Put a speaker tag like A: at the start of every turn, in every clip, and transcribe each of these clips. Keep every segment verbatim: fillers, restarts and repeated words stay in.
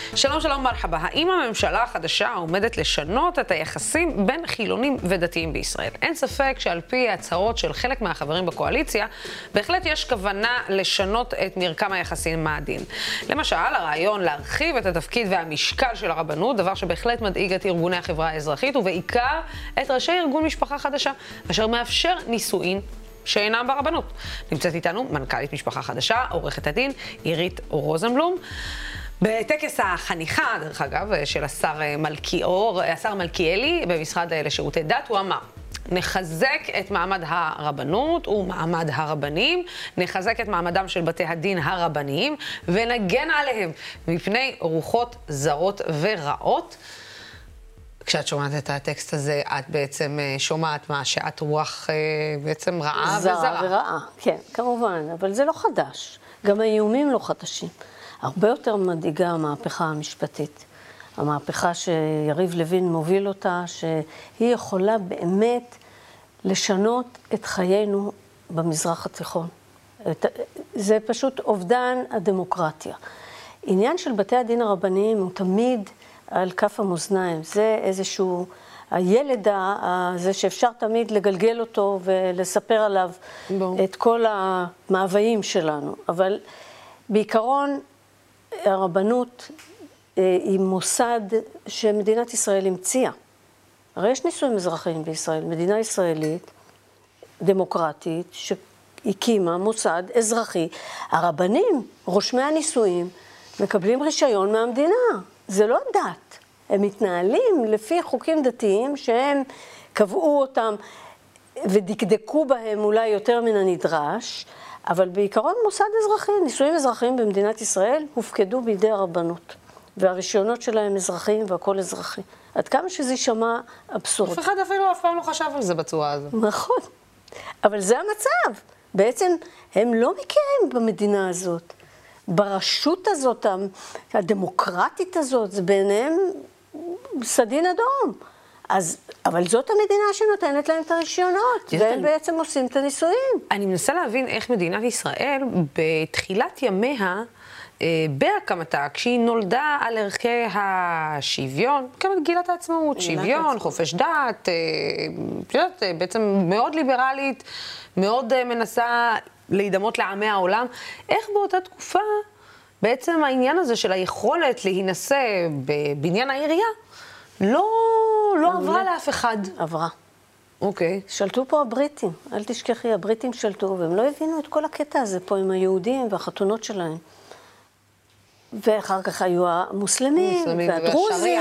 A: שלום שלום מרחבה, האם הממשלה החדשה עומדת לשנות את היחסים בין חילונים ודתיים בישראל? אין ספק שעל פי ההצהרות של חלק מהחברים בקואליציה, בהחלט יש כוונה לשנות את מרקם היחסים מהדין. למשל, הרעיון להרחיב את התפקיד והמשקל של הרבנות, דבר שבהחלט מדאיג את ארגוני החברה האזרחית, ובעיקר את ראשי ארגון משפחה חדשה, אשר מאפשר נישואין שאינם ברבנות. נמצאת איתנו מנכ"לית משפחה חדשה, עורכת הדין עירית רוזנבלום. בטקס החניכה, דרך אגב, של השר מלכיאור, השר מלכיאלי במשרד לשירותי דת, הוא אמר, נחזק את מעמד הרבנות ומעמד הרבנים, נחזק את מעמדם של בתי הדין הרבניים, ונגן עליהם מפני רוחות זרות ורעות. כשאת שומעת את הטקסט הזה, את בעצם שומעת מה? שאת רוח בעצם רעה וזרה.
B: זרה ורעה, כן, כמובן, אבל זה לא חדש. גם האיומים לא חדשים. הרבה יותר מדאיגה המהפכה המשפטית. המהפכה שיריב לוין מוביל אותה, שהיא יכולה באמת לשנות את חיינו במזרח התיכון. זה פשוט אובדן הדמוקרטיה. עניין של בתי הדין הרבניים הוא תמיד על כף המאזניים. זה איזשהו, הילד הזה שאפשר תמיד לגלגל אותו ולספר עליו בוא. את כל המאוויים שלנו. אבל בעיקרון, הרבנות היא מוסד שמדינת ישראל המציאה. הרי יש נישואים אזרחיים בישראל, מדינה ישראלית, דמוקרטית, שהקימה מוסד אזרחי. הרבנים, רושמי הנישואים, מקבלים רישיון מהמדינה. זה לא דת. הם מתנהלים לפי חוקים דתיים שהם קבעו אותם ודקדקו בהם אולי יותר מן הנדרש, אבל בעיקרון מוסד אזרחי, נישואים אזרחיים במדינת ישראל הופקדו בידי הרבנות, והרישיונות שלהם אזרחיים והכל אזרחי. עד כמה שזה יישמע אבסורד.
A: אף אחד אפילו אף פעם לא חשב על זה בצורה הזו.
B: נכון, אבל זה המצב. בעצם הם לא מכירים במדינה הזאת. ברשות הזאת, הדמוקרטית הזאת, זה ביניהם סדין אדום. אז, אבל זאת המדינה שנותנת להם את הרישיונות, והם בעצם עושים את הנישואים.
A: אני מנסה להבין איך מדינת ישראל, בתחילת ימיה, בהקמתה, כשהיא נולדה על ערכי השוויון, כמגילת העצמאות, שוויון, חופש דת, בעצם מאוד ליברלית, מאוד מנסה להידמות לעמי העולם. איך באותה תקופה, בעצם העניין הזה של היכולת להינשא בבניין העירייה, לא, לא עברה לאף אחד.
B: עברה.
A: אוקיי.
B: שלטו פה הבריטים, אל תשכחי, הבריטים שלטו, והם לא הבינו את כל הקטע הזה פה עם היהודים והחתונות שלהם. ואחר כך היו המוסלמים, והדרוזים.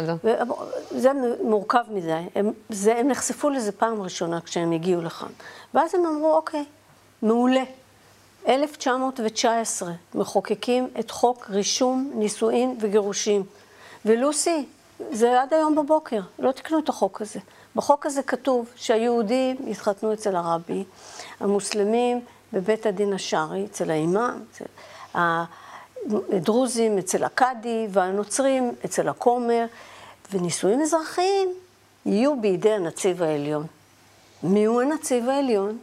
B: זה מורכב מדי. הם, זה, הם נחשפו לזה פעם ראשונה כשהם הגיעו לכאן. ואז הם אמרו, אוקיי, מעולה. אלף תשע מאות תשע עשרה מחוקקים את חוק רישום נישואין וגירושים. ולוסי, זה עד היום בבוקר, לא תקנו את החוק הזה. בחוק הזה כתוב שהיהודים יתחתנו אצל הרבי, המוסלמים בבית הדין השרעי, אצל האימאם, אצל הדרוזים אצל הקאדי, והנוצרים אצל הכומר, ונישואים אזרחיים יהיו בידי הנציב העליון. מי הוא הנציב העליון?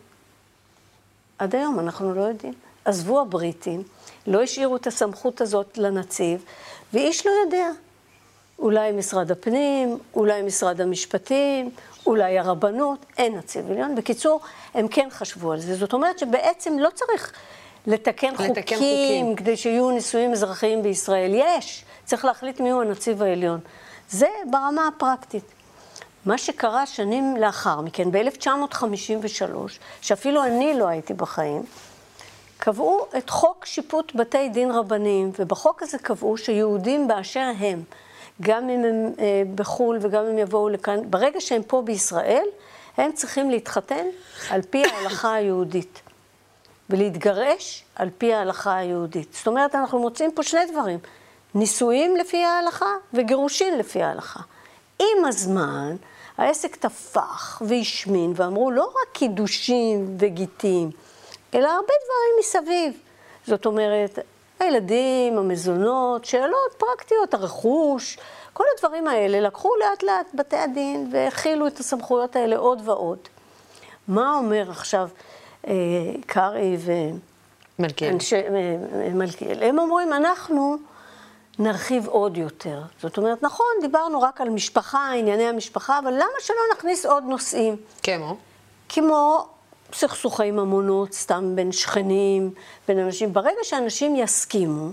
B: עד היום אנחנו לא יודעים. עזבו הבריטים, לא השאירו את הסמכות הזאת לנציב, ואיש לא יודע. אולי משרד הפנים, אולי משרד המשפטים, אולי הרבנות, אין נציב עליון. בקיצור, הם כן חשבו על זה. זאת אומרת שבעצם לא צריך לתקן, לתקן חוקים, חוקים כדי שיהיו נישואים אזרחיים בישראל. יש, צריך להחליט מי הוא הנציב העליון. זה ברמה הפרקטית. מה שקרה שנים לאחר מכן, ב-אלף תשע מאות חמישים ושלוש, שאפילו אני לא הייתי בחיים, קבעו את חוק שיפוט בתי דין רבניים, ובחוק הזה קבעו שיהודים באשר הם, גם אם הם אה, בחול וגם אם יבואו לכאן, ברגע שהם פה בישראל, הם צריכים להתחתן על פי ההלכה היהודית, ולהתגרש על פי ההלכה היהודית. זאת אומרת, אנחנו מוצאים פה שני דברים, נישואים לפי ההלכה וגירושים לפי ההלכה. עם הזמן, העסק תפח והשמין, ואמרו לא רק קידושים וגיטים, אלא הרבה דברים מסביב. זאת אומרת, הילדים, המזונות, שאלות פרקטיות, הרכוש, כל הדברים האלה לקחו לאט לאט בתי הדין והכילו את הסמכויות האלה עוד ועוד. מה אומר עכשיו אה, קרעי ומלכיאל? הם אומרים, אנחנו נרחיב עוד יותר. זאת אומרת, נכון, דיברנו רק על משפחה, ענייני המשפחה, אבל למה שלא נכניס עוד נושאים?
A: כמו?
B: כמו סכסוכי ממונות, סתם בין שכנים, בין אנשים. ברגע שאנשים יסכימו,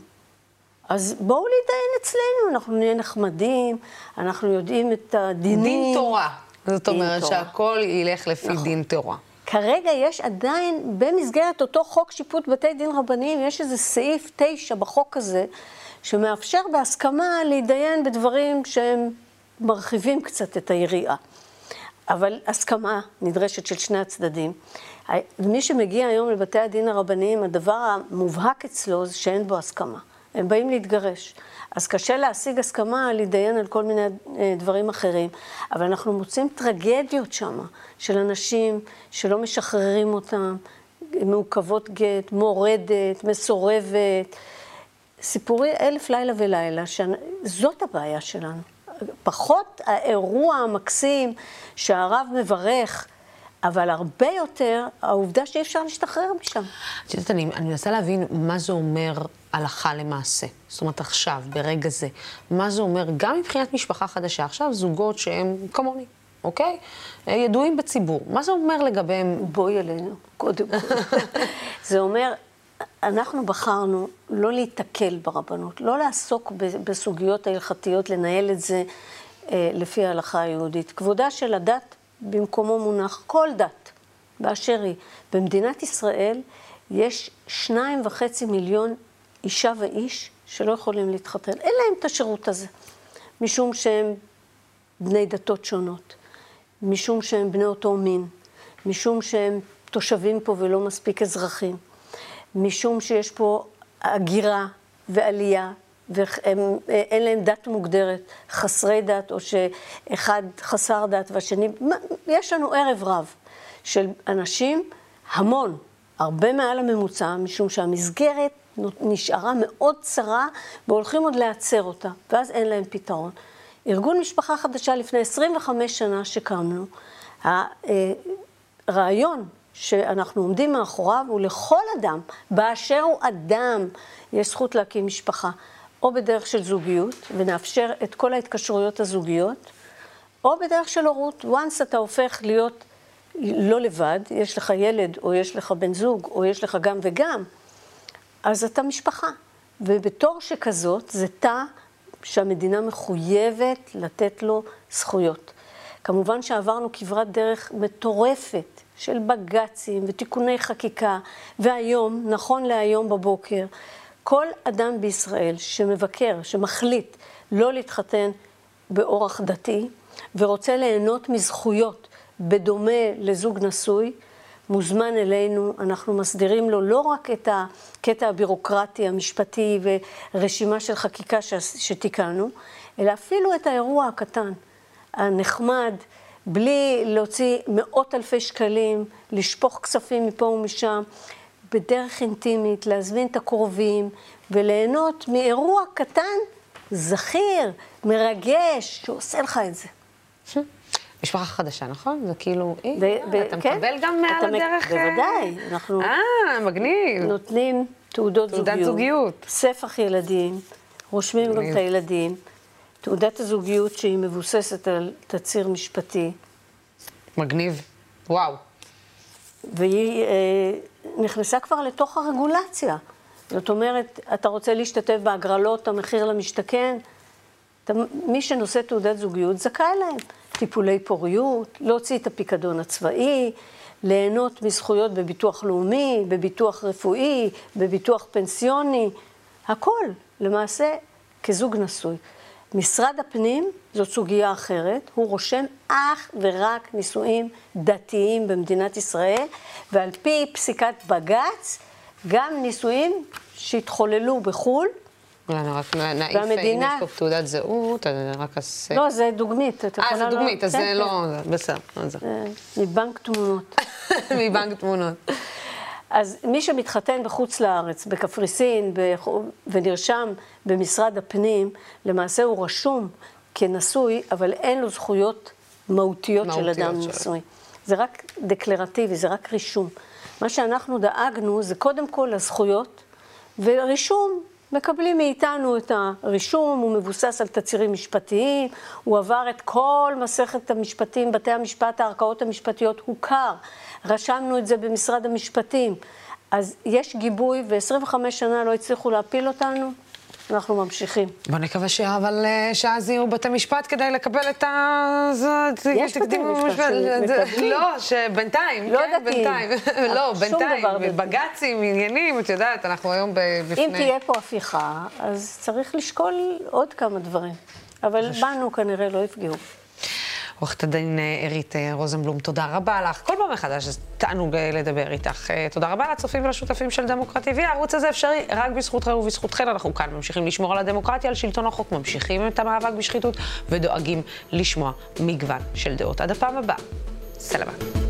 B: אז בואו להתדיין אצלנו, אנחנו נהיה נחמדים, אנחנו יודעים את הדינים.
A: דין תורה. זאת
B: דין
A: אומרת
B: תורה.
A: שהכל ילך לפי
B: נכון.
A: דין תורה.
B: כרגע יש עדיין, במסגרת אותו חוק שיפוט בתי דין רבניים, יש איזה סעיף תשע בחוק הזה, שמאפשר בהסכמה להתדיין בדברים שהם מרחיבים קצת את היריעה. אבל הסכמה נדרשת של שני הצדדים. מי שמגיע היום לבתי הדין הרבניים, הדבר המובהק אצלו זה שאין בו הסכמה. הם באים להתגרש. אז קשה להשיג הסכמה, להתדיין על כל מיני דברים אחרים. אבל אנחנו מוצאים טרגדיות שם, של אנשים שלא משחררים אותם, מעוכבות גט, מורדת, מסורבת. סיפורי אלף לילה ולילה, שזאת הבעיה שלנו. פחות האירוע המקסים שהרב מברך, אבל הרבה יותר העובדה שאי אפשר להשתחרר משם.
A: את יודעת, אני, אני מנסה להבין מה זה אומר הלכה למעשה. זאת אומרת, עכשיו, ברגע זה, מה זה אומר גם מבחינת משפחה חדשה, עכשיו זוגות שהם כמוני, אוקיי? ידועים בציבור. מה זה אומר לגביהם?
B: בואי אלינו, קודם כל. זה אומר, אנחנו בחרנו לא להתקל ברבנות, לא לעסוק בסוגיות ההלכתיות, לנהל את זה אה, לפי ההלכה היהודית. כבודה של הדת במקומו מונח, כל דת באשר היא. במדינת ישראל יש שניים וחצי מיליון אישה ואיש שלא יכולים להתחתן. אין להם את השירות הזה, משום שהם בני דתות שונות, משום שהם בני אותו מין, משום שהם תושבים פה ולא מספיק אזרחים. משום שיש פה הגירה ועלייה, ואין להם דת מוגדרת, חסרי דת, או שאחד חסר דת והשני, יש לנו ערב רב של אנשים, המון, הרבה מעל הממוצע, משום שהמסגרת נשארה מאוד צרה, והולכים עוד לעצר אותה, ואז אין להם פתרון. ארגון משפחה חדשה לפני עשרים וחמש שנה שקמנו, הרעיון, שאנחנו עומדים מאחוריו, ולכל אדם, באשר הוא אדם, יש זכות להקים משפחה, או בדרך של זוגיות, ונאפשר את כל ההתקשרויות הזוגיות, או בדרך של הורות. once אתה הופך להיות לא לבד, יש לך ילד, או יש לך בן זוג, או יש לך גם וגם, אז אתה משפחה. ובתור שכזאת, זה תא שהמדינה מחויבת לתת לו זכויות. כמובן שעברנו כברת דרך מטורפת, של בגצים ותיקוני חקיקה, והיום, נכון להיום בבוקר, כל אדם בישראל שמבקר, שמחליט לא להתחתן באורח דתי, ורוצה ליהנות מזכויות בדומה לזוג נשוי, מוזמן אלינו, אנחנו מסדירים לו לא רק את הקטע הבירוקרטי, המשפטי ורשימה של חקיקה שתיקנו, אלא אפילו את האירוע הקטן, הנחמד, בלי להוציא מאות אלפי שקלים, לשפוך כספים מפה ומשם, בדרך אינטימית, להזמין את הקרובים, וליהנות מאירוע קטן, זכיר, מרגש, שעושה לך את זה.
A: משפחה חדשה, נכון? זה כאילו,
B: ב- ב-
A: אתה
B: כן?
A: מקבל גם מעל
B: אתה
A: הדרך?
B: בוודאי, אנחנו
A: אה, מגניב.
B: נותנים תעודות זוגיות.
A: תעודת זוגיות.
B: ספח ילדים, רושמים גם
A: מגניב.
B: את הילדים. תעודת הזוגיות שהיא מבוססת על תצהיר משפטי.
A: מגניב. וואו.
B: והיא אה, נכנסה כבר לתוך הרגולציה. זאת אומרת, אתה רוצה להשתתף בהגרלות, המחיר למשתכן, אתה, מי שנושא תעודת זוגיות זכאי להם. טיפולי פוריות, להוציא את הפיקדון הצבאי, ליהנות מזכויות בביטוח לאומי, בביטוח רפואי, בביטוח פנסיוני, הכל, למעשה, כזוג נשוי. משרד הפנים, זאת סוגיה אחרת, הוא רושם אך ורק נישואים דתיים במדינת ישראל, ועל פי פסיקת בג"ץ, גם נישואים שהתחוללו בחו"ל.
A: אני רק נעיף, אם יש פה תעודת זהות, אני רק אעשה...
B: לא, זה דוגמית.
A: אה, זה דוגמית, אז זה לא... בסדר.
B: מבנק תמונות.
A: מבנק תמונות.
B: אז מי שמתחתן בחוץ לארץ, בקפריסין, ונרשם במשרד הפנים, למעשה הוא רשום כנשוי, אבל אין לו זכויות מהותיות של אדם נשוי. זה רק דקלרטיבי, זה רק רישום. מה שאנחנו דאגנו זה קודם כל לזכויות, ורישום מקבלים מאיתנו את הרישום, הוא מבוסס על תצהירים משפטיים, הוא עבר את כל מסכת המשפטים, בתי המשפט, הערכאות המשפטיות, הוכר. רשמנו את זה במשרד המשפטים. אז יש גיבוי, ו-עשרים וחמש שנה לא הצליחו להפיל אותנו, אנחנו ממשיכים.
A: בוא נקווה ש... אבל שאז יהיו בתי משפט כדי לקבל את ה...
B: יש בתי משפט שמקבלים.
A: לא, שבינתיים,
B: לא
A: כן,
B: דתיים.
A: בינתיים. לא, בינתיים, בג"צים, עניינים, את יודעת, אנחנו היום בפני...
B: אם תהיה פה הפיכה, אז צריך לשקול עוד כמה דברים. אבל בנו כנראה לא יפגעו.
A: עורכת הדין עירית רוזנבלום, תודה רבה לך. כל פעם מחדש, תענוג לדבר איתך. תודה רבה לצופים ולשותפים של דמוקרטיה טי וי. הערוץ הזה אפשרי רק בזכותכם ובזכותכן. אנחנו כאן ממשיכים לשמור על הדמוקרטיה, על שלטון החוק, ממשיכים את המאבק בשחיתות ודואגים לשמוע מגוון של דעות. עד הפעם הבאה. סלמה.